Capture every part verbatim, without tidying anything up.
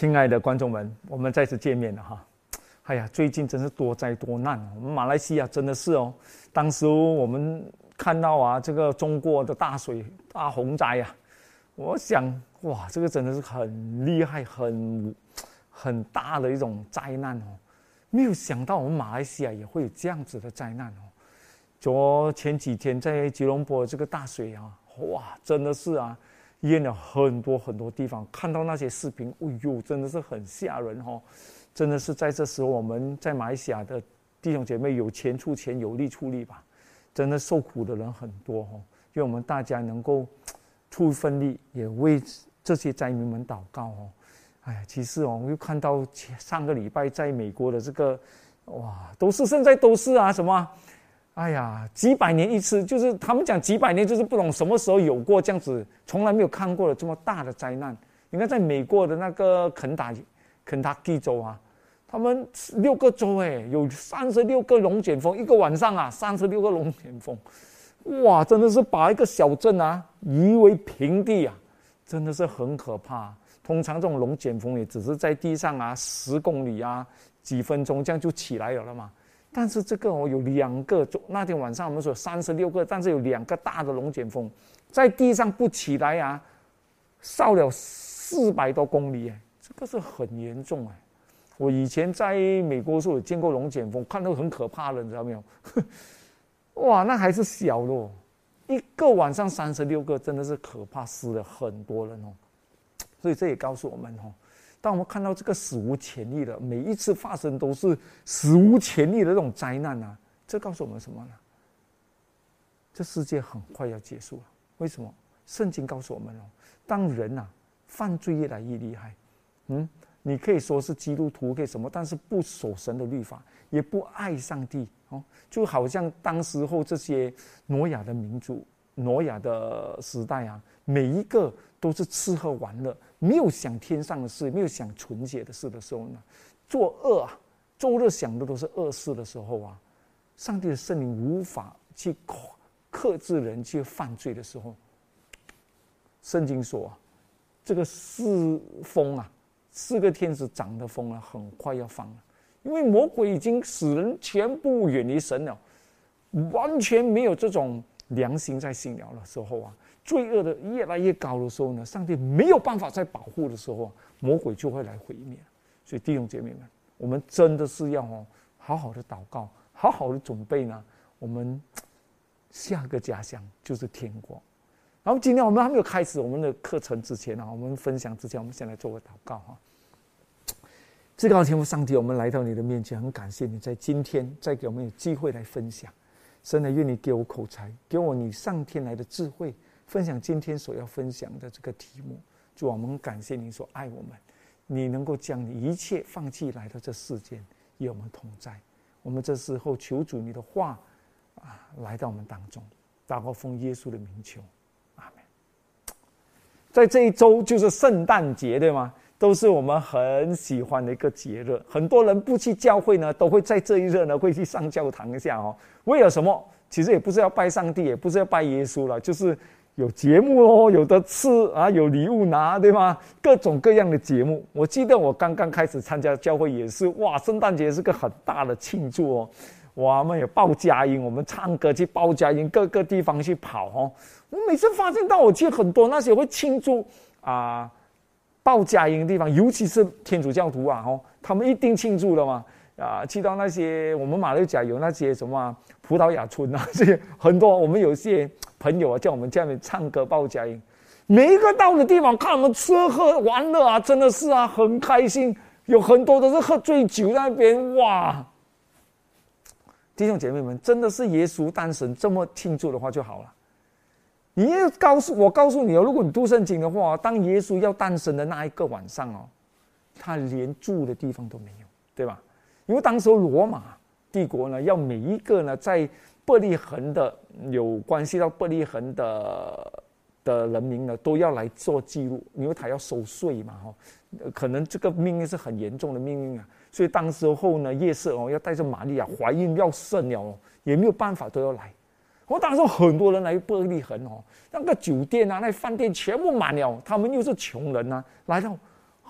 亲爱的观众们，我们再次见面了哈。哎呀，最近真是多灾多难，我们马来西亚真的是哦。当时我们看到啊，这个中国的大水大洪灾啊，我想哇，这个真的是很厉害、很很大的一种灾难哦。没有想到我们马来西亚也会有这样子的灾难哦。昨前几天在吉隆坡这个大水啊，哇，真的是啊，淹了很多很多地方。看到那些视频，哎呦，真的是很吓人哦。真的是在这时候，我们在马来西亚的弟兄姐妹有钱出钱，有力出力吧。真的受苦的人很多哦，愿我们大家能够出一份力，也为这些灾民们祷告哦。哎呀，其实哦，我又看到上个礼拜在美国的这个，哇，都是现在都是啊什么，哎呀，几百年一次，就是他们讲几百年，就是不懂什么时候有过这样子，从来没有看过的这么大的灾难。你看，在美国的那个肯塔肯塔基州啊，他们六个州哎，有三十六个龙卷风，一个晚上啊，三十六个龙卷风，哇，真的是把一个小镇啊夷为平地啊，真的是很可怕。通常这种龙卷风也只是在地上啊十公里啊几分钟这样就起来了了嘛，但是这个哦有两个，那天晚上我们说三十六个，但是有两个大的龙卷风在地上不起来啊，烧了四百多公里哎，这个是很严重哎。我以前在美国的时候有见过龙卷风，看到很可怕的，你知道没有？哇，那还是小的哦，一个晚上三十六个，真的是可怕，死了很多人哦。所以这也告诉我们哦，当我们看到这个史无前例的，每一次发生都是史无前例的这种灾难啊，这告诉我们什么呢？这世界很快要结束了。为什么？圣经告诉我们哦，当人啊犯罪越来越厉害，嗯，你可以说是基督徒，可以什么，但是不守神的律法，也不爱上帝哦，就好像当时候这些挪亚的民族，挪亚的时代啊，每一个都是吃喝玩乐，没有想天上的事，没有想纯洁的事的时候呢，作恶啊，周日想的都是恶事的时候啊，上帝的圣灵无法去克制人去犯罪的时候，圣经说啊，这个四风啊，四个天使长的风啊，很快要放了，因为魔鬼已经使人全部远离神了，完全没有这种良心在信了的时候啊，罪恶的越来越高的时候呢，上帝没有办法再保护的时候啊，魔鬼就会来毁灭。所以弟兄姐妹们，我们真的是要哦，好好的祷告，好好的准备呢，我们下个家乡就是天国。然后今天我们还没有开始我们的课程之前啊，我们分享之前，我们先来做个祷告哈。至高的天父上帝，我们来到你的面前，很感谢你在今天再给我们有机会来分享。神啊，愿你给我口才，给我你上天来的智慧，分享今天所要分享的这个题目。主，我们感谢你所爱我们，你能够将你一切放弃来到这世间，与我们同在。我们这时候求主你的话啊，来到我们当中，祷告奉耶稣的名求，阿们。在这一周就是圣诞节，对吗？都是我们很喜欢的一个节日，很多人不去教会呢，都会在这一日呢会去上教堂一下哦。为了什么？其实也不是要拜上帝，也不是要拜耶稣了，就是有节目哦，有的吃啊，有礼物拿，对吗？各种各样的节目。我记得我刚刚开始参加教会也是，哇，圣诞节是个很大的庆祝哦。我们有报佳音，我们唱歌去报佳音，各个地方去跑哦。我每次发现到我去很多那些会庆祝啊。报佳音的地方，尤其是天主教徒啊，哦，他们一定庆祝的嘛，啊，去到那些我们马六甲有那些什么、啊、葡萄牙村啊，这些很多，我们有些朋友啊，叫我们下面唱歌报佳音，每一个到的地方看我们吃喝玩乐啊，真的是啊，很开心，有很多都是喝醉酒在那边，哇！弟兄姐妹们，真的是耶稣诞生这么庆祝的话就好了。你要告诉我，告诉你哦，如果你读圣经的话，当耶稣要诞生的那一个晚上哦，他连住的地方都没有，对吧？因为当时罗马帝国呢，要每一个呢在伯利恒的有关系到伯利恒的的人民呢，都要来做记录，因为他要收税嘛，哈，可能这个命运是很严重的命运啊，所以当时候呢，夜色哦，要带着玛利亚怀孕要生了哦，也没有办法都要来。我当时很多人来伯利恒哦，那个酒店啊、那饭店全部满了，他们又是穷人啊，来到，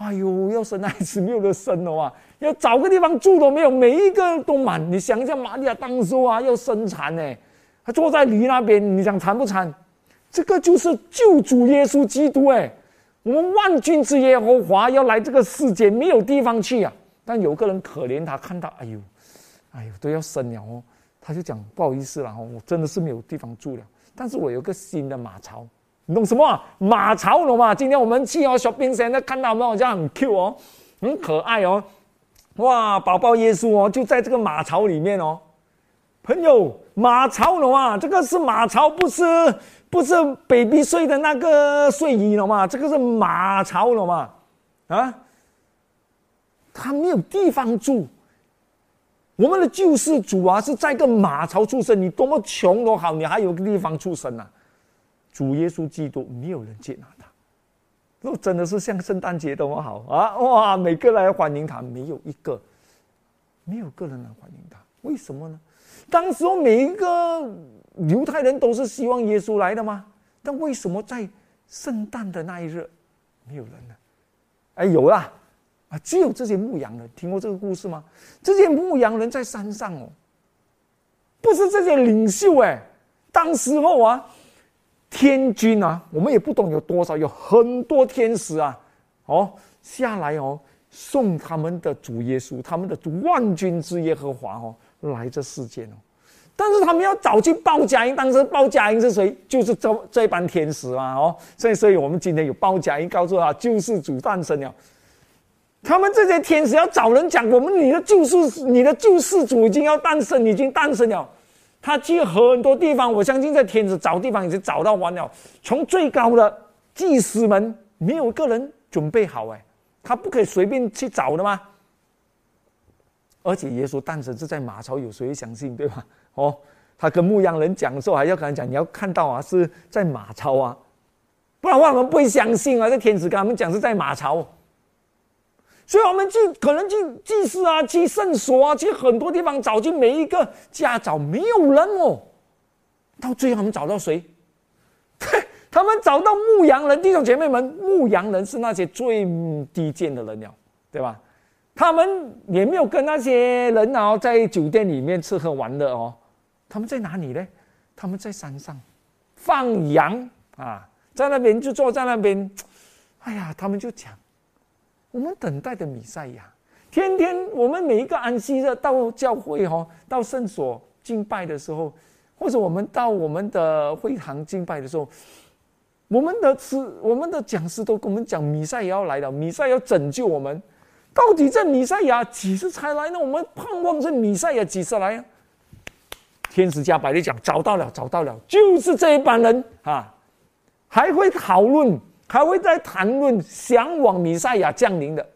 哎呦，要生孩子没有得生了啊，要找个地方住都没有，每一个都满。你想一下，玛利亚当时啊要生产呢，她坐在驴那边，你想惨不惨？这个就是救主耶稣基督哎，我们万军之耶和华要来这个世界，没有地方去啊。但有个人可怜他，看到哎呦，哎呦都要生了哦，他就讲不好意思了哦，我真的是没有地方住了，但是我有个新的马槽。你懂什么、啊、马槽懂吗？今天我们去哦 shopping center 看到没有？这样很 Q 哦，很可爱哦。哇，宝宝耶稣哦，就在这个马槽里面哦。朋友，马槽懂吗？这个是马槽，不是不是 baby 睡的那个睡衣懂吗？这个是马槽懂吗？啊，他没有地方住。我们的救世主啊，是在一个马槽出生，你多么穷都好，你还有个地方出生啊。主耶稣基督没有人接纳他，如果真的是像圣诞节多么好啊！哇，每个人来欢迎他，没有一个，没有个人来欢迎他，为什么呢？当时候每一个犹太人都是希望耶稣来的吗？但为什么在圣诞的那一日没有人呢？哎，有啦，啊，只有这些牧羊人，听过这个故事吗？这些牧羊人在山上哦，不是这些领袖哎，当时候啊。天军啊，我们也不懂有多少，有很多天使啊，哦，下来哦，送他们的主耶稣，他们的主万军之耶和华哦，来这世间哦。但是他们要早去报佳音，当时报佳音是谁？就是这这班天使啊，哦，所以所以我们今天有报佳音，告诉他救世主诞生了。他们这些天使要找人讲，我们你的救世，你的救世主已经要诞生，已经诞生了。他去很多地方，我相信在天使找地方已经找到完了。从最高的祭司们，没有一个人准备好哎，他不可以随便去找的吗？而且耶稣诞生是在马槽，有谁会相信对吧？哦，他跟牧羊人讲的时候，还要跟他讲，你要看到啊，是在马槽啊，不然的话我们不会相信啊。这天使跟他们讲是在马槽。所以我们去可能去祭司啊，去圣所啊，去很多地方找，去每一个家找，没有人哦。到最后他们找到谁？他们找到牧羊人，弟兄姐妹们，牧羊人是那些最低贱的人了，对吧？他们也没有跟那些人啊在酒店里面吃喝玩乐哦。他们在哪里呢？他们在山上放羊啊，在那边就坐在那边。哎呀，他们就讲。我们等待的弥赛亚，天天我们每一个安息日到教会哦，到圣所敬拜的时候，或者我们到我们的会堂敬拜的时候，我们的师、我们的讲师都跟我们讲，弥赛亚要来了，弥赛亚要拯救我们。到底这弥赛亚几时才来呢？我们盼望这弥赛亚几时来啊？天使加百列讲，找到了，找到了，就是这一班人啊，还会讨论。还会在谈论向往弥赛亚降临的，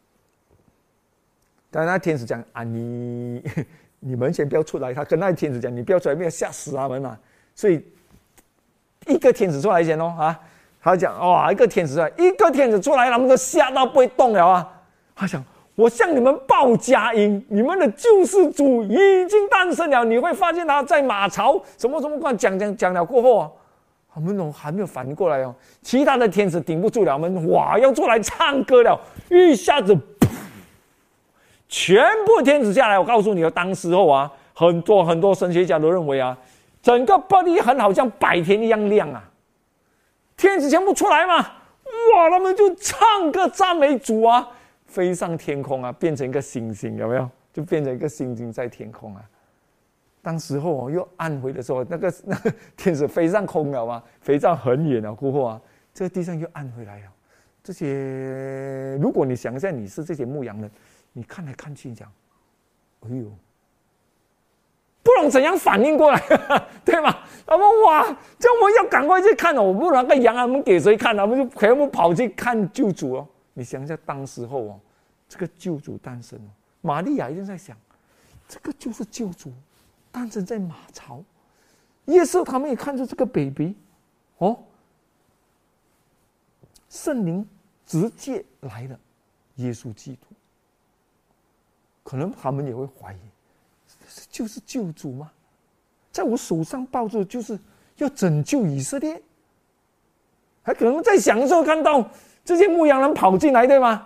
但那天使讲啊，你你们先不要出来。他跟那天使讲，你不要出来，不要吓死他们嘛。所以一个天使出来先哦啊，他讲哇，一个天使出来，一个天使出来，他们都吓到不会动了啊。他讲，我向你们报佳音，你们的救世主已经诞生了。你会发现他在马槽什么什么话讲讲讲了过后啊。他们还没有反应过来哦，其他的天使顶不住了，我们哇要出来唱歌了，一下子，全部天使下来。我告诉你哦，当时候啊，很多很多神学家都认为啊，整个玻璃很好像白天一样亮啊，天使全部出来嘛，哇，他们就唱歌赞美主啊，飞上天空啊，变成一个星星，有没有？就变成一个星星在天空啊。当时候哦，又暗回的时候，那个那个天使飞上空了嘛，飞上很远了过后啊，这个地上又暗回来了。这些，如果你想一下，你是这些牧羊人，你看来看去讲，哎呦，不懂怎样反应过来，对吗？他们哇，这样我们要赶快去看哦，我不然那个羊啊，我们给谁看啊？我们就全部跑去看救主哦。你想一下，当时候哦，这个救主诞生哦，玛利亚一定在想，这个就是救主。诞生在马槽，耶稣他们也看着这个 baby， 哦，圣灵直接来了，耶稣基督，可能他们也会怀疑，这就是救主吗？在我手上抱着，就是要拯救以色列，还可能在享受看到这些牧羊人跑进来，对吗？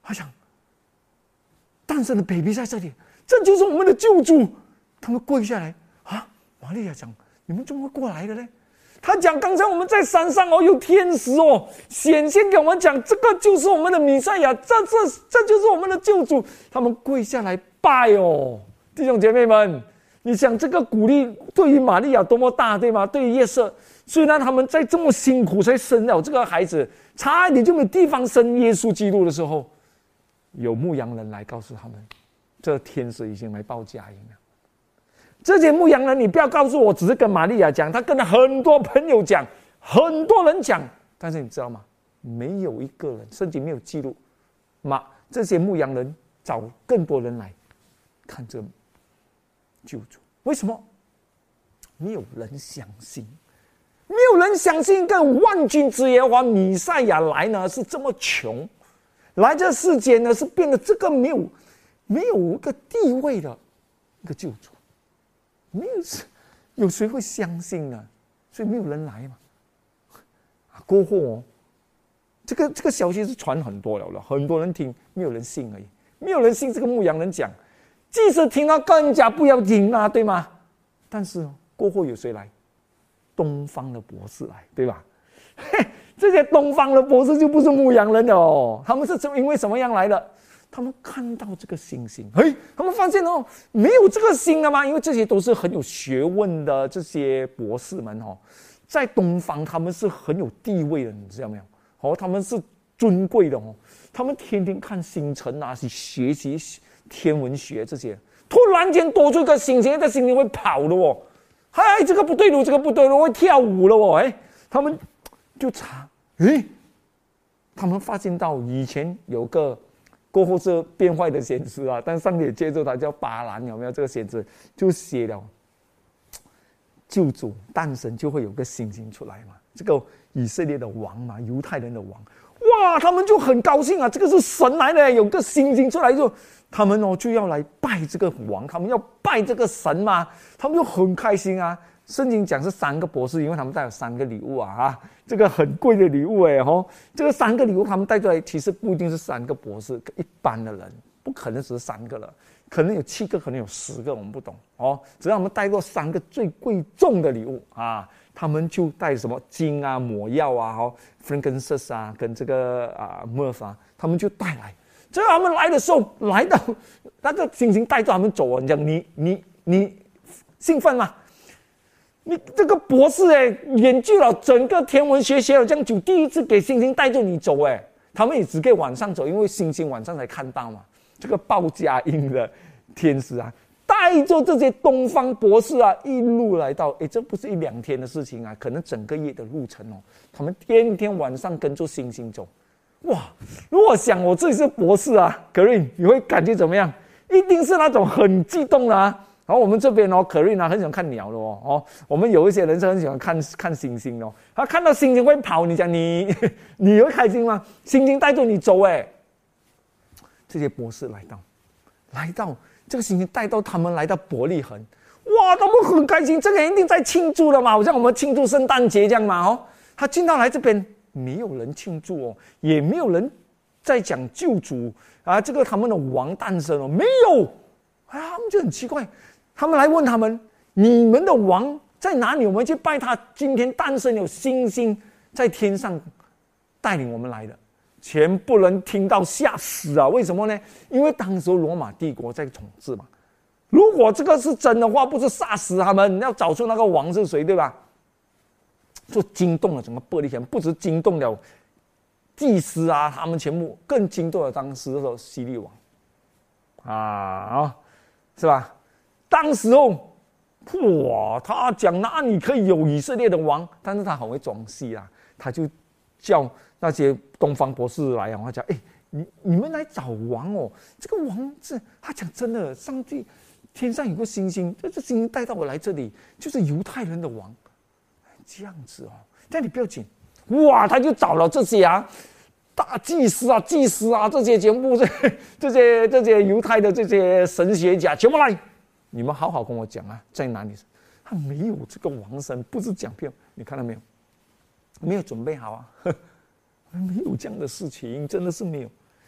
他想，诞生的 baby 在这里，这就是我们的救主。他们跪下来啊，玛利亚讲：“你们怎么会过来的呢？”他讲：“刚才我们在山上哦，有天使哦显现给我们讲，这个就是我们的弥赛亚，这这这就是我们的救主。”他们跪下来拜哦，弟兄姐妹们，你想这个鼓励对于玛利亚多么大，对吗？对于约瑟，虽然他们在这么辛苦才生了这个孩子，差一点就没有地方生耶稣基督的时候，有牧羊人来告诉他们，这天使已经来报佳音了。这些牧羊人，你不要告诉我只是跟玛利亚讲，他跟很多朋友讲，很多人讲，但是你知道吗？没有一个人，圣经没有记录，马这些牧羊人找更多人来看这救主。为什么？没有人相信，没有人相信一个万军之耶和华弥赛亚来呢是这么穷，来这世间呢是变得这个没有没有一个地位的一个救主。没有，有谁会相信呢？所以没有人来嘛。过后哦，这个这个消息是传很多了了，很多人听，没有人信而已。没有人信这个牧羊人讲，即使听到更加不要紧啊，对吗？但是过后有谁来？东方的博士来，对吧？这些东方的博士就不是牧羊人了哦，他们是因为什么样来的？他们看到这个星星，嘿，他们发现哦，没有这个星了吗？因为这些都是很有学问的这些博士们哦，在东方他们是很有地位的，你知道没有？哦，他们是尊贵的哦，他们天天看星辰啊，去学习天文学这些。突然间多出一个星星，这个星星会跑的哦，哎，这个不对路，这个不对路，会跳舞了哦，哎，他们就查，哎，他们发现到以前有个。过后是变坏的先知啊，但上帝也接受他叫巴兰，有没有？这个先知就写了救主诞生就会有个星星出来嘛，这个以色列的王嘛，犹太人的王，哇，他们就很高兴啊，这个是神来的，有个星星出来就，他们哦就要来拜这个王，他们要拜这个神嘛，他们就很开心啊。圣经讲是三个博士，因为他们带有三个礼物啊，啊，这个很贵的礼物哎吼，这个三个礼物他们带出来，其实不一定是三个博士，一般的人不可能只是三个了，可能有七个，可能有十个，我们不懂哦。只要他们带过三个最贵重的礼物啊，他们就带什么金啊、抹药啊、哈、frankincense 啊，跟这个啊 myrrh 啊，他们就带来。只要他们来的时候，来到那个星星带着他们走啊，你讲你你你兴奋吗？你这个博士哎，研究了整个天文学，学了这样久，第一次给星星带着你走哎，他们也只可以晚上走，因为星星晚上才看到嘛。这个报佳音的天使啊，带着这些东方博士啊，一路来到，哎，这不是一两天的事情啊，可能整个月的路程哦。他们天天晚上跟着星星走，哇！如果想我自己是博士啊，可瑞，你会感觉怎么样？一定是那种很激动的啊。然后我们这边哦，可瑞呢很喜欢看鸟的哦，哦，我们有一些人是很喜欢看看星星的哦。他看到星星会跑，你讲你你会开心吗？星星带着你走哎。这些博士来到，来到这个星星带到他们来到伯利恒，哇，他们很开心，这个一定在庆祝了嘛，好像我们庆祝圣诞节这样嘛哦。他进到来这边，没有人庆祝哦，也没有人在讲救主啊，这个他们的王诞生哦，没有啊，他们就很奇怪。他们来问他们：“你们的王在哪里？我们去拜他。今天诞生有星星在天上带领我们来的。”全部人听到吓死啊！为什么呢？因为当时罗马帝国在统治嘛。如果这个是真的话，不是杀死他们，要找出那个王是谁，对吧？就惊动了整个伯利恒，不止惊动了祭司啊，他们全部更惊动了当时的希律王啊，是吧？当时候，哇，他讲那你可以有以色列的王，但是他很会装戏啊，他就叫那些东方博士来啊，他讲，哎，你你们来找王哦，这个王是，他讲真的，上帝天上有个星星，这这星星带到我来这里，就是犹太人的王，这样子哦，但你不要紧，哇，他就找了这些啊。大祭司啊，祭司啊，这些全部这这些这些犹太的这些神学家全部来。你们好好跟我讲啊，在哪里？他没有这个王神，不是讲骗，你看到没有？没有准备好啊，呵没有这样的事情，真的是没有。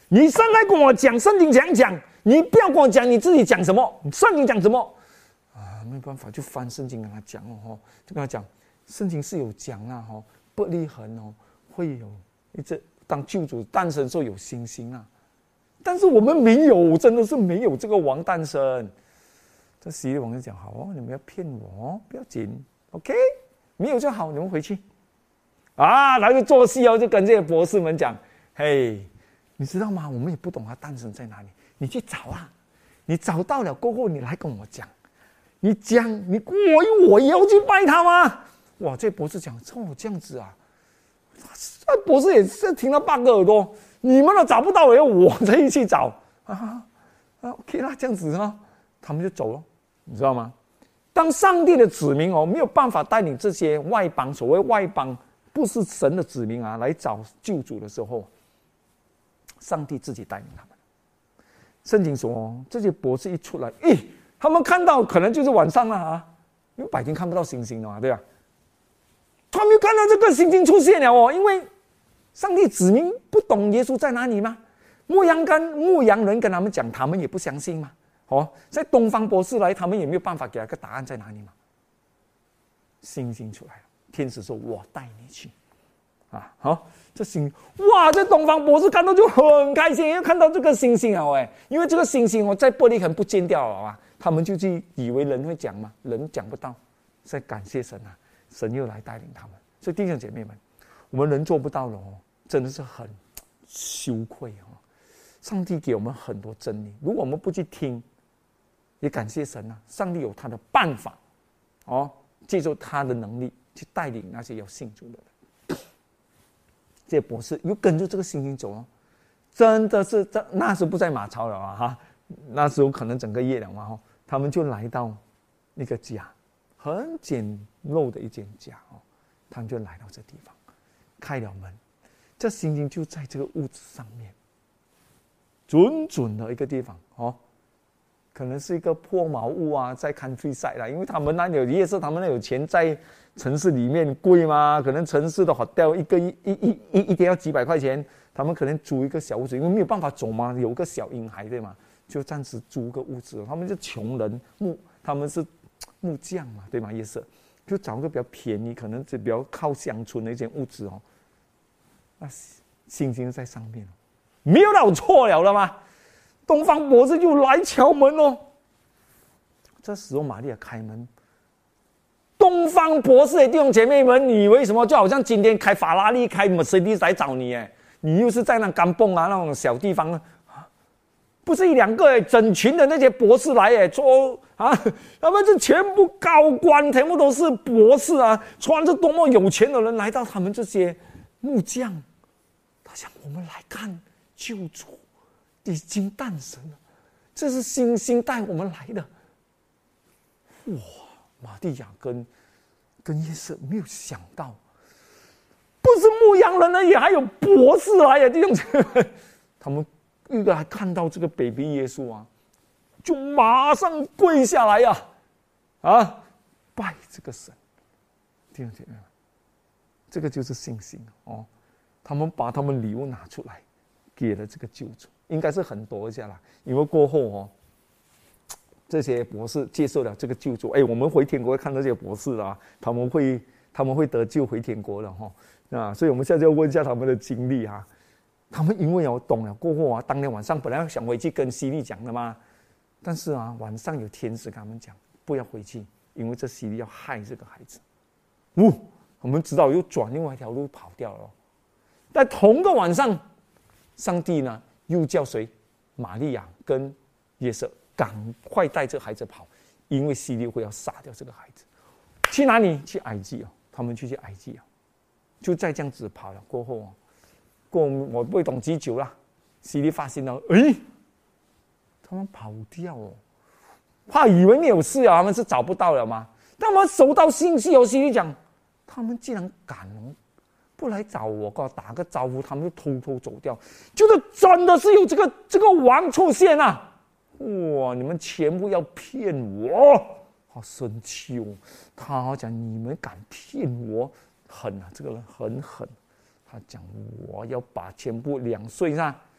你上来跟我讲圣经讲讲，你不要跟我讲你自己讲什么，圣经讲什么啊？没办法，就翻圣经跟他讲哦，就跟他讲，圣经是有讲啊，哦，伯利恒哦会有一只当救主诞生的时候有星星啊，但是我们没有，真的是没有这个王诞生。这希律王就讲好哦，你们要骗我哦，不要紧 ，OK， 没有就好，你们回去啊，然后就做戏哦，就跟这些博士们讲，嘿。你知道吗？我们也不懂它诞生在哪里，你去找啊！你找到了过后，你来跟我讲。你讲，你我我也要去拜他吗？哇！这博士讲，哦，这样子啊！这博士也是听了八个耳朵，你们都找不到，要我再一起找啊啊 ！OK 啦，这样子啊，他们就走了，你知道吗？当上帝的子民哦，没有办法带领这些外邦，所谓外邦不是神的子民啊，来找救主的时候。上帝自己带领他们。圣经说，这些博士一出来，咦，他们看到可能就是晚上了啊，因为白天看不到星星了嘛，对吧？他们看到这个星星出现了哦，因为上帝子民不懂耶稣在哪里吗？牧羊跟牧羊人跟他们讲，他们也不相信嘛。哦，在东方博士来，他们也没有办法给他个答案在哪里嘛。星星出来了，天使说：“我带你去。”啊，好，这星哇，这东方博士看到就很开心，因为看到这个星星啊，哎，因为这个星星哦，在伯利恒不见掉了啊，他们就去以为人会讲嘛，人讲不到，在感谢神啊，神又来带领他们。所以弟兄姐妹们，我们人做不到了哦，真的是很羞愧哦。上帝给我们很多真理，如果我们不去听，也感谢神啊，上帝有他的办法，哦，借助他的能力去带领那些要信主的人。这些博士又跟着这个星星走了，真的是在那时不在马槽了啊哈，那时候可能整个夜了嘛哈，他们就来到那个家，很简陋的一间家哦，他们就来到这地方，开了门，这星星就在这个屋子上面，准准的一个地方哦，可能是一个破茅屋啊，在 countryside 啦，因为他们那里有夜市，他们那有钱在城市里面贵吗？可能城市的 hotel 一个一一一一一天要几百块钱，他们可能租一个小屋子，因为没有办法走嘛，有个小婴孩对吗？就暂时租个屋子，他们是穷人木，他们是木匠嘛，对吗？夜市就找个比较便宜，可能是比较靠乡村的一间屋子哦。那星星在上面，没有搞错了了吗？东方博士就来敲门哦。这时候玛利亚开门。东方博士的弟兄姐妹们，你为什么就好像今天开法拉利、开 Mercedes 来找你？哎，你又是在那甘蹦啊那种小地方啊，不是一两个哎，整群的那些博士来哎，说啊，他们是全部高官，全部都是博士啊，穿着多么有钱的人来到他们这些木匠，他想我们来看救主已经诞生了，这是星星带我们来的，哇！玛利亚跟跟耶稣没有想到，不是牧羊人而已，还有博士来呀！弟兄姐妹，他们一来看到这个 baby 耶稣啊，就马上跪下来呀，啊，啊，拜这个神。弟兄姐妹，这个就是信心哦。他们把他们礼物拿出来，给了这个救主，应该是很多一下啦，因为过后哦。这些博士接受了这个救主，哎，我们回天国会看到这些博士啊，他们会他们会得救回天国了哈、哦、啊，所以我们现在就要问一下他们的经历啊。他们因为我懂了过后啊，当天晚上本来想回去跟希律讲的嘛，但是啊，晚上有天使跟他们讲不要回去，因为这希律要害这个孩子。呜、哦，我们知道又转另外一条路跑掉了。在同个晚上，上帝呢又叫谁？玛利亚跟约瑟。赶快带这个孩子跑，因为希律会要杀掉这个孩子。去哪里？去埃及哦，他们就去埃及哦，就再这样子跑了。过后哦，过我不会懂几久了，希律发现了，哎，他们跑掉哦，他以为没有事啊，他们是找不到了吗？他们收到信息哦，希律讲，他们竟然敢哦，不来找我，跟我打个招呼，他们就偷偷走掉，就是真的是有这个这个王出现啊！哇！你们全部要骗我，好生气哦！他好讲你们敢骗我，狠啊！这个人很狠。他讲我要把全部两岁上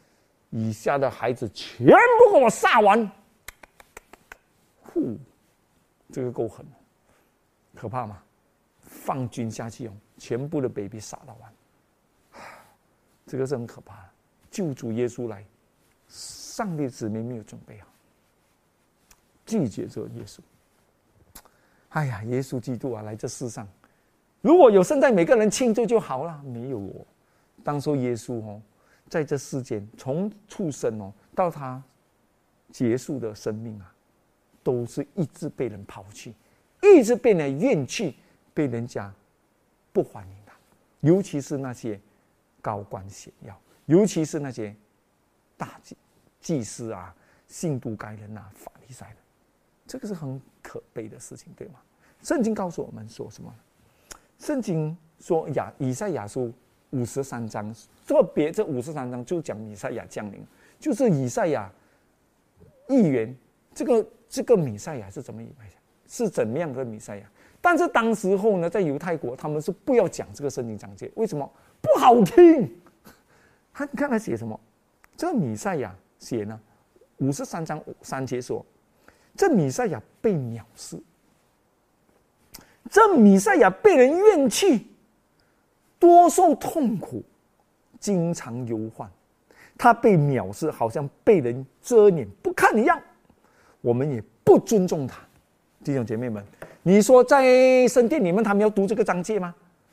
以下的孩子全部给我杀完。呼，这个够狠，可怕吗？放军下去哦，全部的 baby 杀到完，这个是很可怕的。救主耶稣来，上帝子民没有准备好，拒绝这耶稣。哎呀，耶稣基督啊，来这世上，如果有现在每个人庆祝就好了，没有哦。当初耶稣哦，在这世间从出生哦到他结束的生命啊，都是一直被人抛弃，一直被人怨弃，被人家不欢迎他，尤其是那些高官显要，尤其是那些大祭祭司啊、信徒该人啊、法利赛人，这个是很可悲的事情，对吗？圣经告诉我们说什么？圣经说亚以赛亚书五十三章，特别这五十三章就讲弥赛亚降临，就是以赛亚预言这个这个弥赛亚是怎么以是怎么样的弥赛亚？但是当时候呢，在犹太国他们是不要讲这个圣经章节，为什么？不好听。他你看他写什么？这个弥赛亚写呢，五十三章三节说，这弥赛亚被藐视，这弥赛亚被人怨弃，多受痛苦，经常忧患。他被藐视，好像被人遮掩不看一样，我们也不尊重他。弟兄姐妹们，你说在圣殿里面他们要读这个章节吗？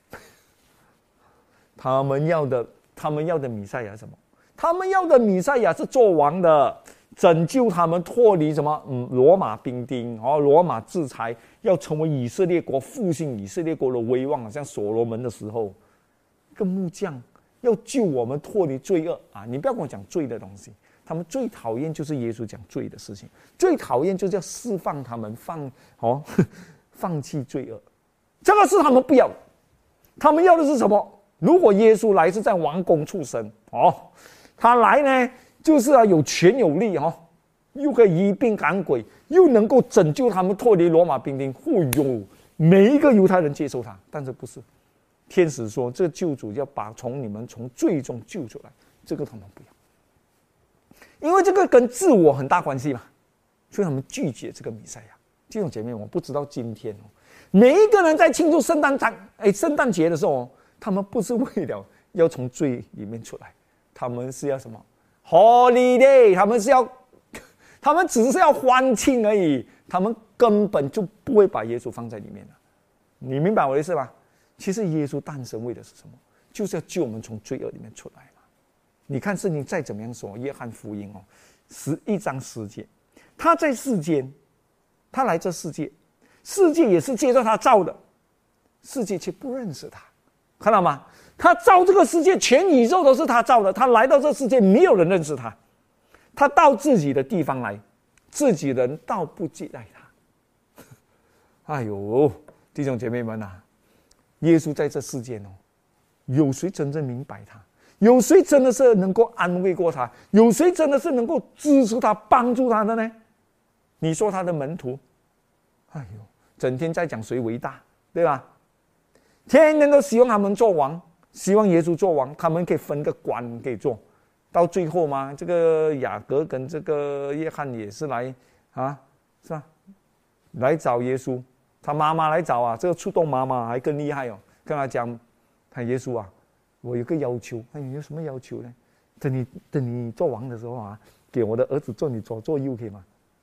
他们要的他们要的弥赛亚是什么？他们要的弥赛亚是做王的，拯救他们脱离什么？嗯，罗马兵丁哦，罗马制裁，要成为以色列国复兴以色列国的威望，像所罗门的时候，一个木匠要救我们脱离罪恶啊！你不要跟我讲罪的东西，他们最讨厌就是耶稣讲罪的事情，最讨厌就是要释放他们放哦放弃罪恶，这个是他们不要的，他们要的是什么？如果耶稣来是在王宫出生哦，他来呢就是啊有权有力哦，又可以医病赶鬼，又能够拯救他们脱离罗马兵丁。哦哟，每一个犹太人接受他，但是不是？天使说，这个救主要把从你们从罪中救出来，这个他们不要，因为这个跟自我很大关系嘛，所以他们拒绝这个弥赛亚。弟兄姐妹，我不知道今天哦，每一个人在庆祝圣诞章哎圣诞节的时候哦，他们不是为了要从罪里面出来，他们是要什么 holiday， 他们是要，他们只是要欢庆而已，他们根本就不会把耶稣放在里面的。你明白我的意思吗？其实耶稣诞生为的是什么？就是要救我们从罪恶里面出来嘛。你看圣经再怎么样说，约翰福音哦，十一章十节，他在世间，他来这世界，世界也是借着他造的，世界却不认识他，看到吗？他造这个世界，全宇宙都是他造的，他来到这世界，没有人认识他，他到自己的地方来，自己人倒不接待他。哎呦，弟兄姐妹们啊！耶稣在这世间哦，有谁真正明白他？有谁真的是能够安慰过他？有谁真的是能够支持他、帮助他的呢？你说他的门徒，哎呦，整天在讲谁伟大，对吧？天天都希望他们做王，希望耶稣做王，他们可以分个官可以做。到最后嘛，这个雅各跟这个约翰也是来啊，是吧？来找耶稣。他妈妈来找啊，这个触动妈妈还更厉害哦，跟他讲，他耶稣啊，我有个要求，哎，你有什么要求呢？等你等你做王的时候啊，给我的儿子做你左做右，可以吗？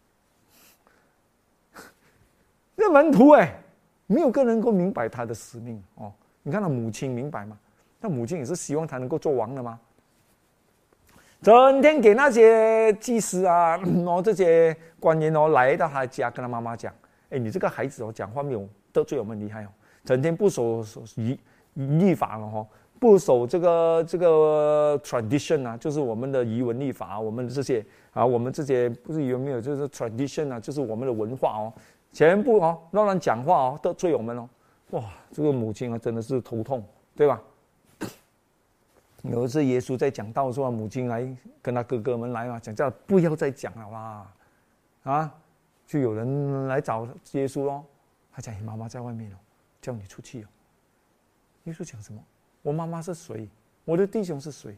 那门徒哎，没有个人能够明白他的使命哦。你看他母亲明白吗？他母亲也是希望他能够做王的吗？整天给那些祭司啊，哦这些官员哦来到他家，跟他妈妈讲。哎，你这个孩子哦，讲话没有得罪我们厉害哦，整天不守律律法了哦，不守这个这个 tradition 啊，就是我们的遗文律法，我们的这些啊，我们这些不是有没有就是 tradition 啊，就是我们的文化哦，全部哦乱乱讲话哦，得罪我们哦，哇，这个母亲啊真的是头痛，对吧？有一次耶稣在讲道说，母亲来跟他哥哥们来啊，讲叫不要再讲了啦，啊。就有人来找耶稣咯，他讲：“你妈妈在外面哦，叫你出去哦。”耶稣讲什么？我妈妈是谁？我的弟兄是谁？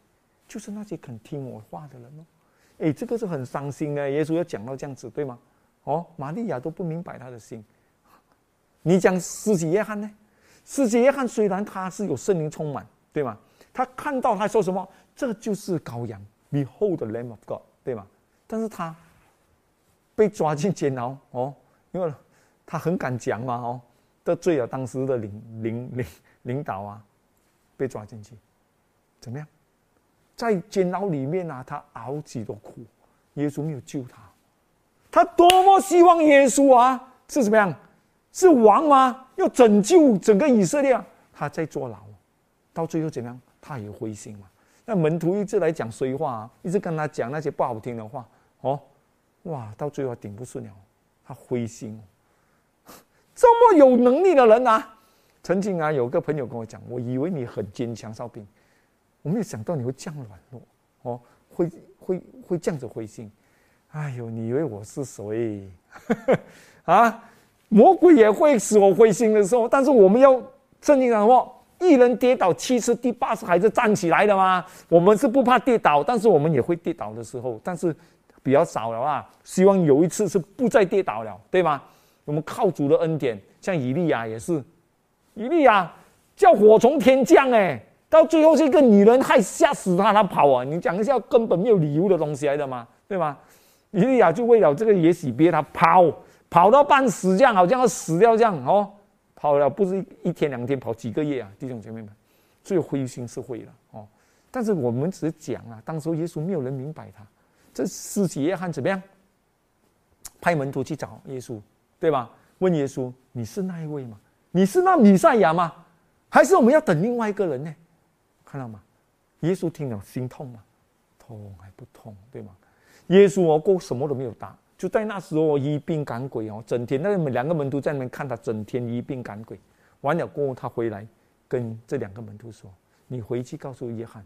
就是那些肯听我话的人哦。哎，这个是很伤心的。耶稣要讲到这样子，对吗？哦，玛利亚都不明白他的心。你讲施洗约翰呢？施洗约翰虽然他是有圣灵充满，对吗？他看到他说什么？这就是羔羊 ，Behold the Lamb of God， 对吗？但是他被抓进监牢哦，因为他很敢讲嘛哦，得罪了当时的领领领领导啊，被抓进去，怎么样？在监牢里面啊，他熬几多苦，耶稣没有救他，他多么希望耶稣啊是怎么样？是王吗？要拯救整个以色列，他在坐牢，到最后怎么样？他也灰心嘛。那门徒一直来讲衰话啊，一直跟他讲那些不好听的话，哦，哇，到最后顶不顺了，他灰心哦。这么有能力的人啊，曾经啊，有个朋友跟我讲，我以为你很坚强，少兵，我没有想到你会这样软弱，哦，会会会这样子灰心。哎呦，你以为我是谁？啊，魔鬼也会使我灰心的时候，但是我们要圣经讲什么？一人跌倒七次，第八次还是站起来的吗？我们是不怕跌倒，但是我们也会跌倒的时候，但是比较少了啊。希望有一次是不再跌倒了，对吗？我们靠主的恩典，像以利亚也是，以利亚叫火从天降，哎，到最后是一个女人害吓死他，他跑啊！你讲一下根本没有理由的东西来的吗？对吗？以利亚就为了这个也洗别他跑，跑到半死这样，好像要死掉这样哦。跑了不是一天两天，跑几个月啊，弟兄姐妹们，所以灰心是会了哦。但是我们只是讲啊，当时耶稣没有人明白他。这施洗约翰怎么样？派门徒去找耶稣，对吧？问耶稣：“你是那一位吗？你是那弥赛亚吗？还是我们要等另外一个人呢？”看到吗？耶稣听了心痛吗？痛还不痛，对吗？耶稣哦，过什么都没有答。就在那时候医病赶鬼哦，整天那两个门徒在那边看他，整天医病赶鬼。完了过后，他回来跟这两个门徒说：“你回去告诉约翰，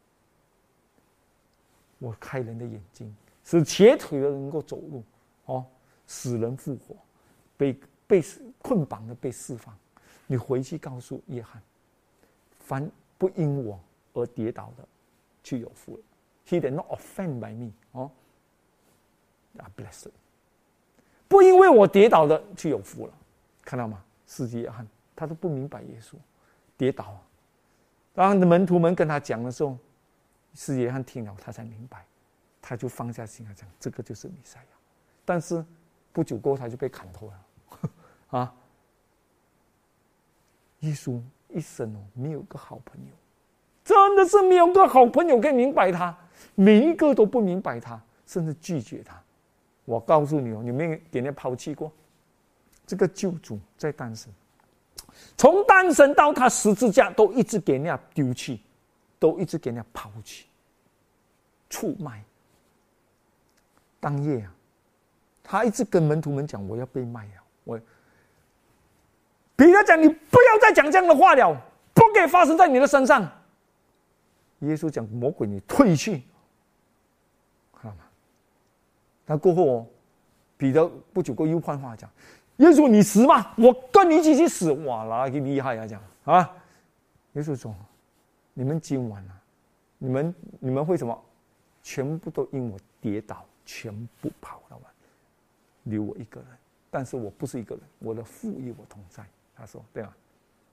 我开人的眼睛，使瘸腿的人能够走路，哦，死人复活，被被捆绑的被释放。你回去告诉约翰，凡不因我而跌倒的，就有福了。He did not offend by me， 哦。”啊 ，blessed， 不因为我跌倒的就有福了，看到吗？施洗约翰他都不明白耶稣跌倒啊。当门徒们跟他讲的时候，施洗约翰听了他才明白，他就放下心来讲，这个就是弥赛亚。但是不久过后他就被砍头了，啊！耶稣一生哦没有个好朋友，真的是没有个好朋友可以明白他，每一个都不明白他，甚至拒绝他。我告诉你哦，你们给人家抛弃过？这个救主在诞生，从诞生到他十字架，都一直给人家丢弃，都一直给人家抛弃、出卖。当夜啊，他一直跟门徒们讲：“我要被卖了。”我彼得讲：“你不要再讲这样的话了，不可以发生在你的身上。”耶稣讲：“魔鬼，你退去。”看到吗？那过后哦，彼得不久过又换话讲：“耶稣，你死吗？我跟你一起去死！”哇，那个厉害啊！讲啊，耶稣说：“你们今晚啊，你们你们会什么？全部都因我跌倒，全部跑了完，留我一个人。但是我不是一个人，我的父与我同在。”他说：“对吧？”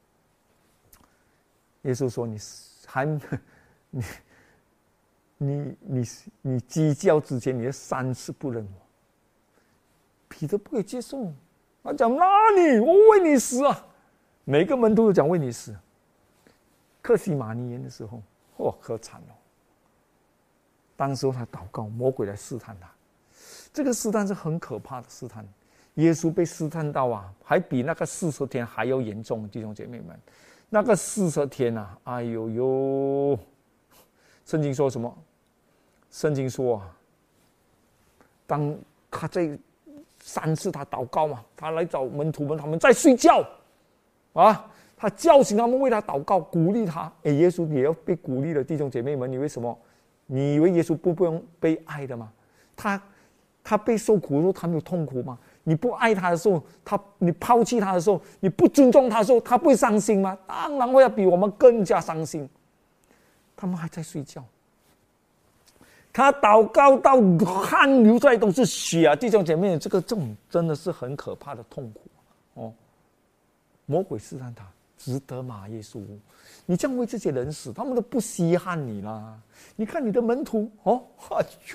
耶稣说：“你还你。”你你你鸡叫之前，你要三次不认我。彼得不可以接受，他讲：“哪里？我为你死啊！”每个门徒都讲为你死。客西马尼园的时候，哦，可惨了。当时他祷告，魔鬼来试探他。这个试探是很可怕的试探。耶稣被试探到啊，还比那个四十天还要严重，弟兄姐妹们。那个四十天啊，哎呦呦！圣经说什么？圣经说啊，当他在三次他祷告嘛，他来找门徒们，他们在睡觉啊，他叫醒他们为他祷告，鼓励他。哎，耶稣也要被鼓励的，弟兄姐妹们，你为什么？你以为耶稣不不用被爱的吗？他他被受苦的时候，他没有痛苦吗？你不爱他的时候，他你抛弃他的时候，你不尊重他的时候，他不会伤心吗？当然会要比我们更加伤心。他们还在睡觉， 他祷告到汗流出来都是血啊！弟兄姐妹，这个这种真的是很可怕的痛苦哦。魔鬼试探他，值得吗？耶稣，你这样为这些人死，他们都不稀罕你啦。你看你的门徒哦，哎呦，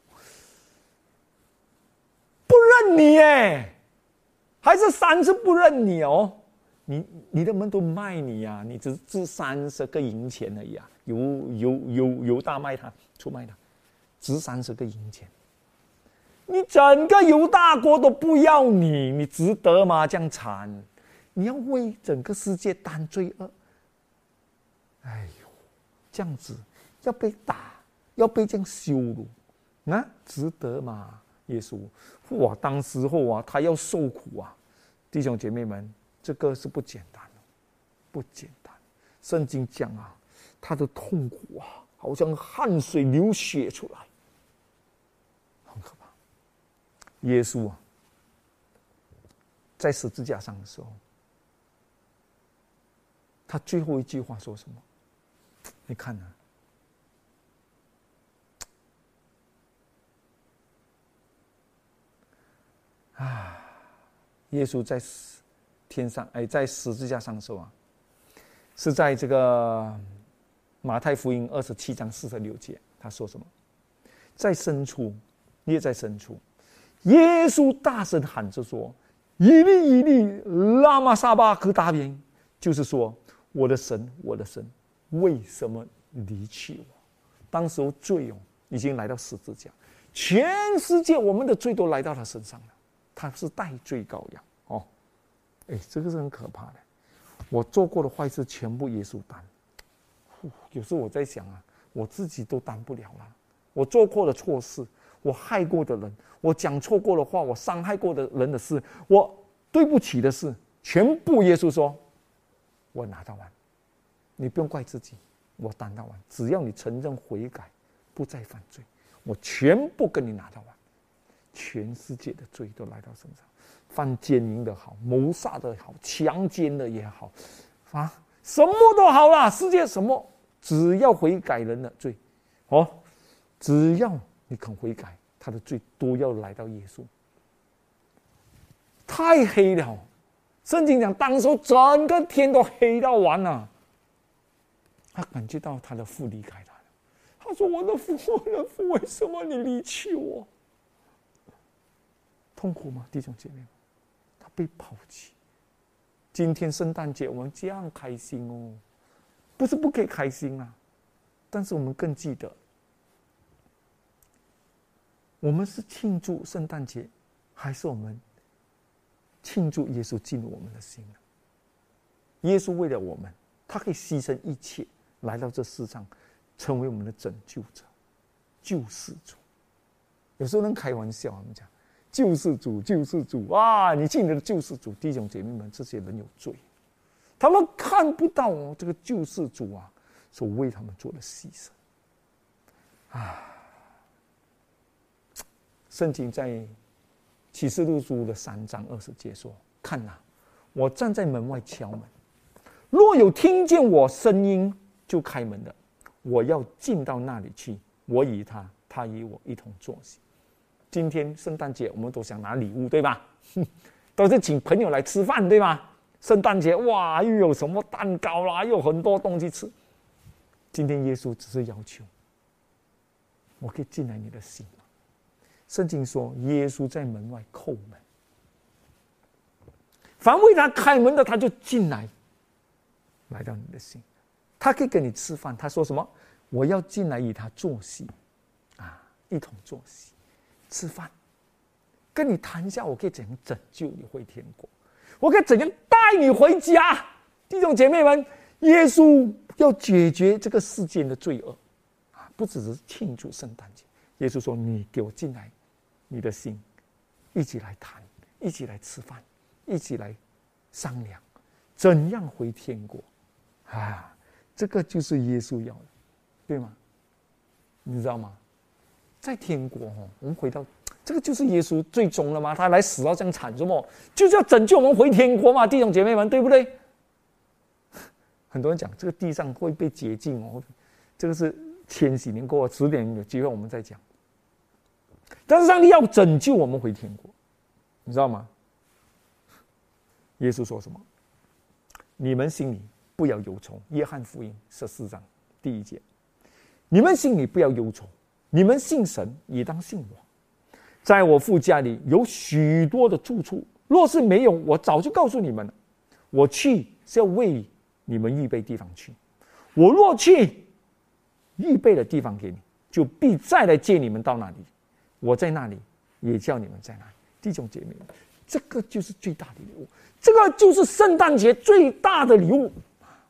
不认你哎，还是三次不认你哦。你你的门徒卖你啊，你只值三十个银钱而已啊，犹犹犹犹大卖他，出卖他，值三十个银钱。你整个犹大国都不要你，你值得吗？这样惨，你要为整个世界担罪恶。哎呦，这样子要被打，要被这样羞辱，那、啊、值得吗？耶稣，哇，当时候啊，他要受苦啊，弟兄姐妹们。这个是不简单的，不简单。圣经讲啊，他的痛苦啊，好像汗水流血出来，很可怕。耶稣啊，在十字架上的时候，他最后一句话说什么？你看啊，啊，耶稣在天上，哎，在十字架上的时候啊，是在这个马太福音二十七章四十六节，他说什么？在深处，列在深处，耶稣大声喊着说：“以利以利，拉玛撒巴克达边。”就是说，我的神，我的神，为什么离弃我？当时候罪哦，已经来到十字架，全世界我们的罪都来到他身上了，他是代罪羔羊哦。哎，这个是很可怕的。我做过的坏事全部耶稣担。有时候我在想啊，我自己都担不了了。我做过的错事，我害过的人，我讲错过的话，我伤害过的人的事，我对不起的事，全部耶稣说，我拿到完。你不用怪自己，我担到完。只要你承认悔改，不再犯罪，我全部跟你拿到完。全世界的罪都来到身上。犯奸淫的好，谋杀的好，强奸的也好，啊，什么都好啦，世界什么，只要悔改人的罪，哦，只要你肯悔改，他的罪都要来到耶稣。太黑了，圣经讲，当时整个天都黑到完了。他感觉到他的父离开他了，他说：“我的父，我的父，为什么你离弃我？”痛苦吗，弟兄姐妹们？他被抛弃。今天圣诞节我们这样开心哦，不是不可以开心啊，但是我们更记得，我们是庆祝圣诞节，还是我们庆祝耶稣进入我们的心呢？耶稣为了我们，他可以牺牲一切来到这世上，成为我们的拯救者、救世主。有时候能开玩笑，我们讲。救世主，救世主啊！你进来的救世主，弟兄姐妹们，这些人有罪，他们看不到哦，这个救世主啊，所为他们做的牺牲啊。圣经在启示录书的三章二十节说：“看哪、啊，我站在门外敲门，若有听见我声音就开门的，我要进到那里去，我与他，他与我一同坐席。”今天圣诞节，我们都想拿礼物，对吧？都是请朋友来吃饭，对吧？圣诞节，哇，又有什么蛋糕啦，又有很多东西吃。今天耶稣只是要求，我可以进来你的心吗？圣经说，耶稣在门外叩门，凡为他开门的，他就进来，来到你的心。他可以跟你吃饭，他说什么？我要进来与他坐席，啊，一同坐席。吃饭，跟你谈一下，我可以怎样拯救你回天国？我可以怎样带你回家？弟兄姐妹们，耶稣要解决这个世间的罪恶啊，不只是庆祝圣诞节。耶稣说：“你给我进来，你的心，一起来谈，一起来吃饭，一起来商量，怎样回天国？”啊，这个就是耶稣要的，对吗？你知道吗？在天国哦，我们回到这个就是耶稣最终了吗？他来死到这样惨，什么？就是要拯救我们回天国嘛，弟兄姐妹们，对不对？很多人讲这个地上会被洁净哦，这个是千禧年过后，十年有机会我们再讲。但是上帝要拯救我们回天国，你知道吗？耶稣说什么？你们心里不要忧愁。约翰福音十四章第一节，你们心里不要忧愁，你们信神也当信我。在我父家里有许多的住处，若是没有，我早就告诉你们了。我去是要为你们预备地方去。我若去预备了地方给你，就必再来接你们到那里。我在那里，也叫你们在那里。弟兄姐妹们，这个就是最大的礼物，这个就是圣诞节最大的礼物，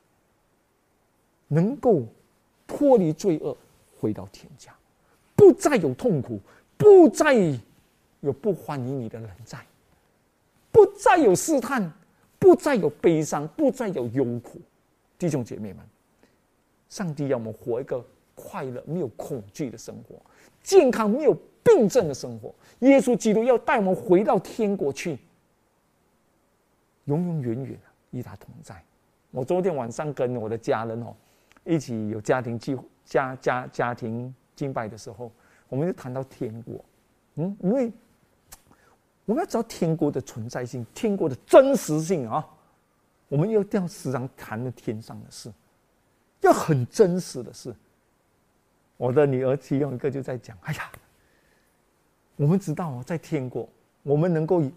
能够脱离罪恶，回到天家，不再有痛苦，不再有不欢迎你的人在，不再有试探，不再有悲伤，不再有忧苦。弟兄姐妹们，上帝要我们活一个快乐、没有恐惧的生活，健康、没有病症的生活。耶稣基督要带我们回到天国去，永永远远与他同在。我昨天晚上跟我的家人哦一起有家庭聚家家家庭敬拜的时候，我们就谈到天国。嗯，因为我们要知道天国的存在性，天国的真实性啊，我们要要时常谈论天上的事，要很真实的事。我的女儿其中一个就在讲，哎呀，我们知道哦，在天国，我们能够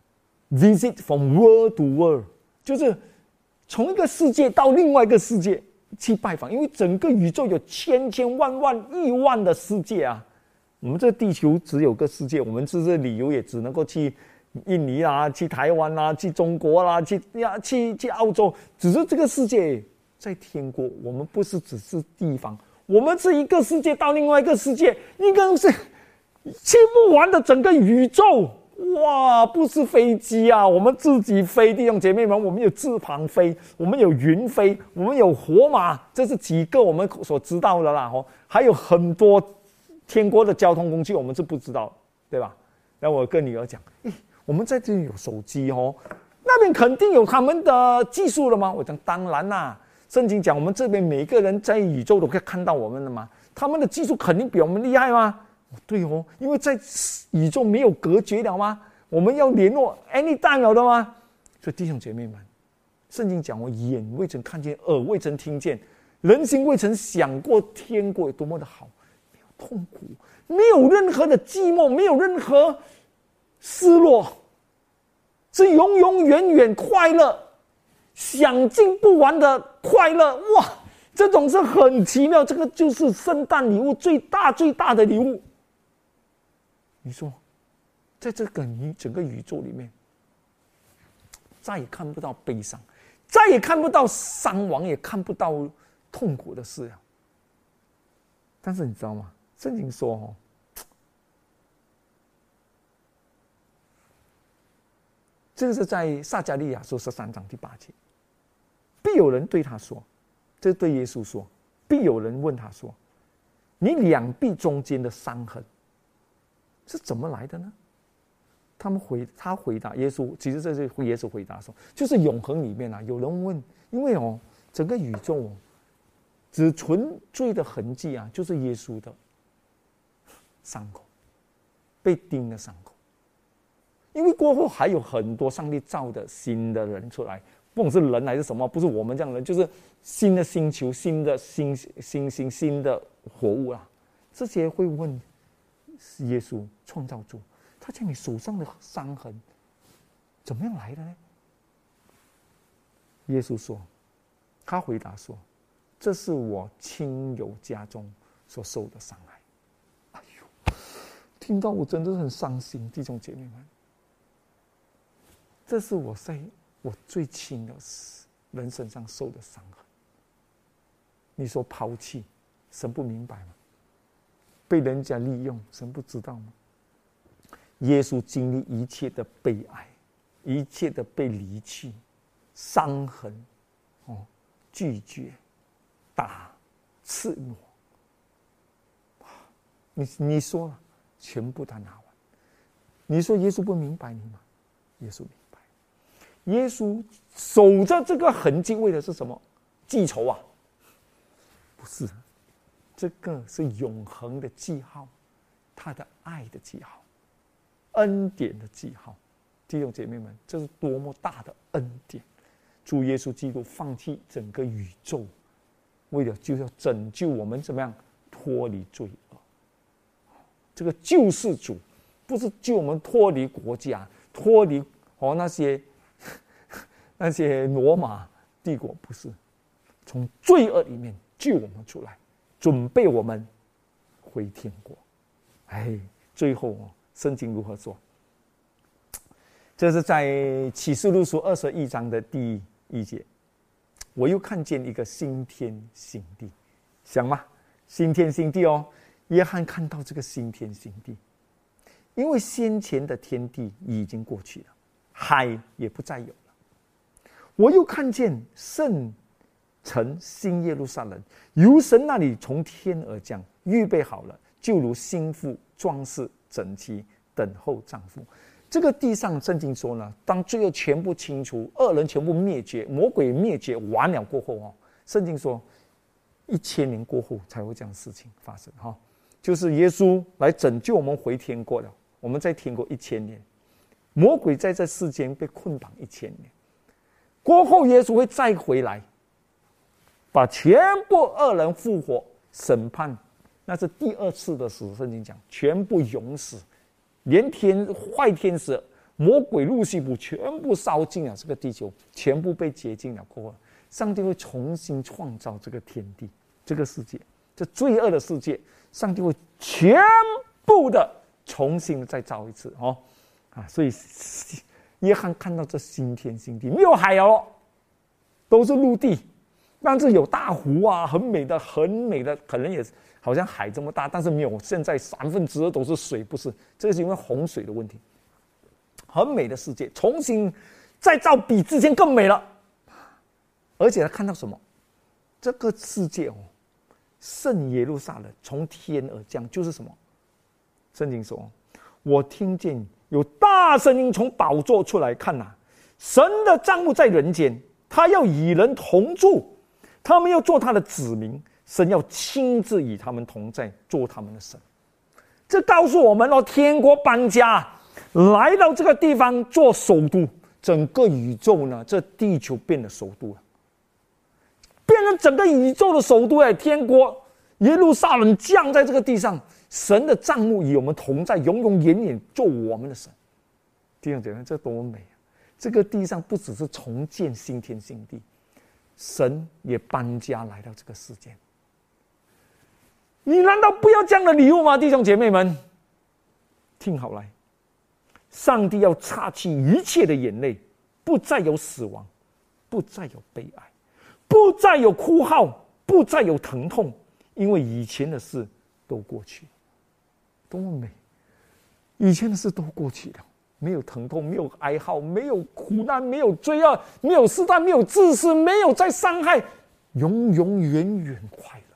visit from world to world， 就是从一个世界到另外一个世界去拜访，因为整个宇宙有千千万万亿万的世界啊。我们这个地球只有个世界，我们这这旅游也只能够去印尼啊，去台湾啊，去中国啦、啊，去呀，去去澳洲。只是这个世界在天国，我们不是只是地方，我们是一个世界到另外一个世界，一个是去不完的整个宇宙。哇，不是飞机啊，我们自己飞。弟兄姐妹们，我们有自航飞，我们有云飞，我们有火马，这是几个我们所知道的啦。哦，还有很多天国的交通工具我们是不知道，对吧？然后我跟女儿讲，诶，我们在这里有手机哦，那边肯定有他们的技术了吗？我讲当然啦，圣经讲我们这边每个人在宇宙都可以看到我们的嘛，他们的技术肯定比我们厉害吗？对哦，因为在宇宙没有隔绝了吗？我们要联络 anytime 了的吗？所以弟兄姐妹们，圣经讲我眼未曾看见，耳未曾听见，人心未曾想过天国有多么的好，没有痛苦，没有任何的寂寞，没有任何失落，是永永远远快乐，享尽不完的快乐。哇，这种是很奇妙，这个就是圣诞礼物最大最大的礼物。你说，在这个整个宇宙里面，再也看不到悲伤，再也看不到伤亡，也看不到痛苦的事了。但是你知道吗？圣经说哦，这个是在撒迦利亚书十三章第八节，必有人对他说，这是对耶稣说，必有人问他说，你两臂中间的伤痕是怎么来的呢？他们回他回答耶稣，其实这是耶稣回答说，就是永恒里面啊，有人问，因为哦，整个宇宙哦，只存罪的痕迹啊，就是耶稣的伤口，被钉的伤口。因为过后还有很多上帝造的新的人出来，不管是人还是什么，不是我们这样的人，就是新的星球、新的星星星、新的活物啊，这些会问耶稣创造主，他讲你手上的伤痕怎么样来的呢？耶稣说，他回答说，这是我亲友家中所受的伤害。哎呦，听到我真的是很伤心，弟兄姐妹们，这是我在我最亲的人身上受的伤痕。你说抛弃，神不明白吗？被人家利用，神不知道吗？耶稣经历一切的悲哀，一切的被离弃、伤痕、哦、拒绝、打、刺磨，你你说了，全部他拿完。你说耶稣不明白你吗？耶稣明白。耶稣守着这个痕迹，为的是什么？记仇啊？不是。 这个是永恒的记号，他的爱的记号，恩典的记号。弟兄姐妹们，这是多么大的恩典！主耶稣基督放弃整个宇宙，为了就要拯救我们，怎么样脱离罪恶？这个救世主不是救我们脱离国家，脱离哦那些那些罗马帝国，不是从罪恶里面救我们出来，准备我们回天国。哎，最后哦，圣经如何说？这是在启示录书二十一章的第一节，我又看见一个新天新地，想吗？新天新地哦，约翰看到这个新天新地，因为先前的天地已经过去了，海也不再有了。我又看见圣城新耶路撒冷由神那里从天而降，预备好了，就如新妇装饰整齐，等候丈夫。这个地上圣经说呢，当罪恶全部清除，恶人全部灭绝，魔鬼灭绝完了过后哦，圣经说一千年过后才会这样的事情发生哈，就是耶稣来拯救我们回天国了。我们在天国一千年，魔鬼在这世间被捆绑一千年，过后耶稣会再回来，把全部恶人复活审判，那是第二次的死。圣经讲全部永死。连天坏天使、魔鬼路西卜全部烧尽了这个地球，全部被洁净了过后，上帝会重新创造这个天地、这个世界，这罪恶的世界，上帝会全部的重新的再造一次哦啊！所以约翰看到这新天新地，没有海哦，都是陆地，但是有大湖啊，很美的、很美的，可能也是。好像海这么大，但是没有现在三分之二都是水，不是？这是因为洪水的问题。很美的世界，重新再造，比之前更美了。而且他看到什么？这个世界哦，圣耶路撒冷从天而降，就是什么？圣经说：“我听见有大声音从宝座出来，看呐、啊，神的帐幕在人间，他要与人同住，他们要做他的子民。”神要亲自与他们同在，做他们的神。这告诉我们哦，天国搬家来到这个地方做首都，整个宇宙呢，这地球变了首都了，变成整个宇宙的首都。哎，天国耶路撒冷降在这个地上，神的帐幕与我们同在，永永远远做我们的神。弟兄姐妹，这多么美啊！这个地上不只是重建新天新地，神也搬家来到这个世间。你难道不要这样的礼物吗，弟兄姐妹们？听好来，上帝要擦去一切的眼泪，不再有死亡，不再有悲哀，不再有哭号，不再有疼痛，因为以前的事都过去了。多么美！以前的事都过去了，没有疼痛，没有哀号，没有苦难，没有罪恶，没有试探，没有自私，没有再伤害，永永远远快乐。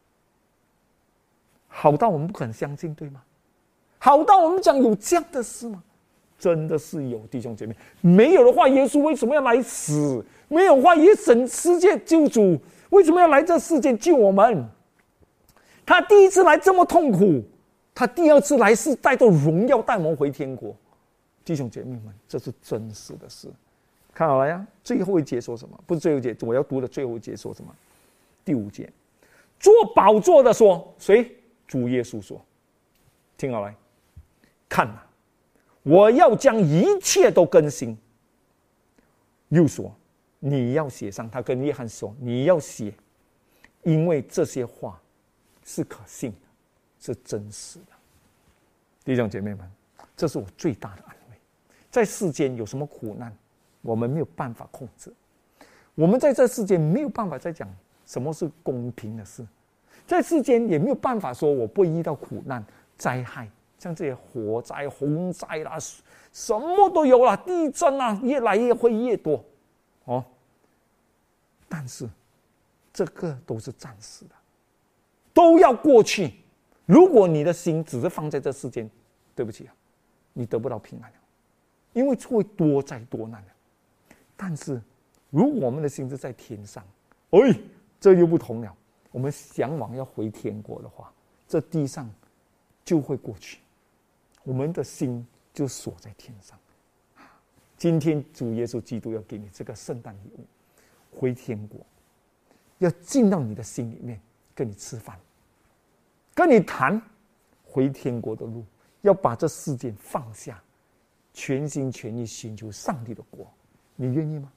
好到我们不肯相信，对吗？好到我们讲有这样的事吗？真的是有，弟兄姐妹。没有的话，耶稣为什么要来死？没有的话，耶神世界救主为什么要来这世界救我们？他第一次来这么痛苦，他第二次来是带着荣耀带我们回天国。弟兄姐妹们，这是真实的事。看好了呀，最后一节说什么？不是最后一节，我要读的最后一节说什么？第五节，坐宝座的说，谁？主耶稣说：“听好来，看啊，我要将一切都更新。”又说：“你要写上。”他跟约翰说：“你要写，因为这些话是可信的，是真实的。”弟兄姐妹们，这是我最大的安慰。在世间有什么苦难，我们没有办法控制。我们在这世间没有办法再讲什么是公平的事。在世间也没有办法说我不会遇到苦难灾害，像这些火灾洪灾啦，什么都有啦，地震啊，越来越会越多哦。但是这个都是暂时的，都要过去。如果你的心只是放在这世间，对不起啊，你得不到平安了，因为会多灾多难了。但是如果我们的心是在天上，哎，这又不同了。 我们向往要回天国的话，这地上就会过去，我们的心就锁在天上。今天主耶稣基督要给你这个圣诞礼物，回天国，要进到你的心里面，跟你吃饭，跟你谈回天国的路，要把这世界放下，全心全意寻求上帝的国，你愿意吗？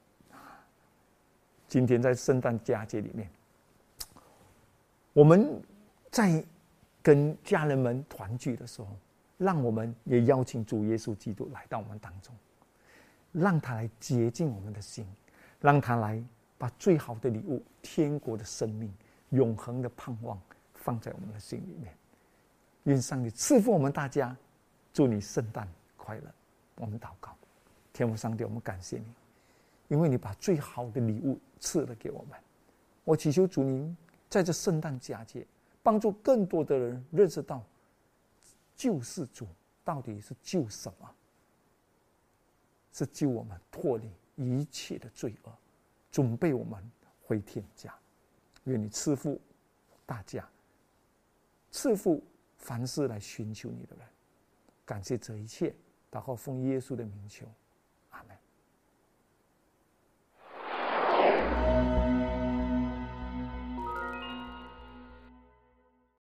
今天在圣诞佳节里面，我们在跟家人们团聚的时候，让我们也邀请主耶稣基督来到我们当中，让他来洁净我们的心，让他来把最好的礼物，天国的生命，永恒的盼望放在我们的心里面。愿上帝赐福我们大家，祝你圣诞快乐。我们祷告，天父上帝，我们感谢你，因为你把最好的礼物赐了给我们。我祈求主您在这圣诞佳节，帮助更多的人认识到救世主到底是救什么，是救我们脱离一切的罪恶，准备我们回天家。愿你赐福大家，赐福凡事来寻求你的人。感谢这一切，祷告奉耶稣的名求。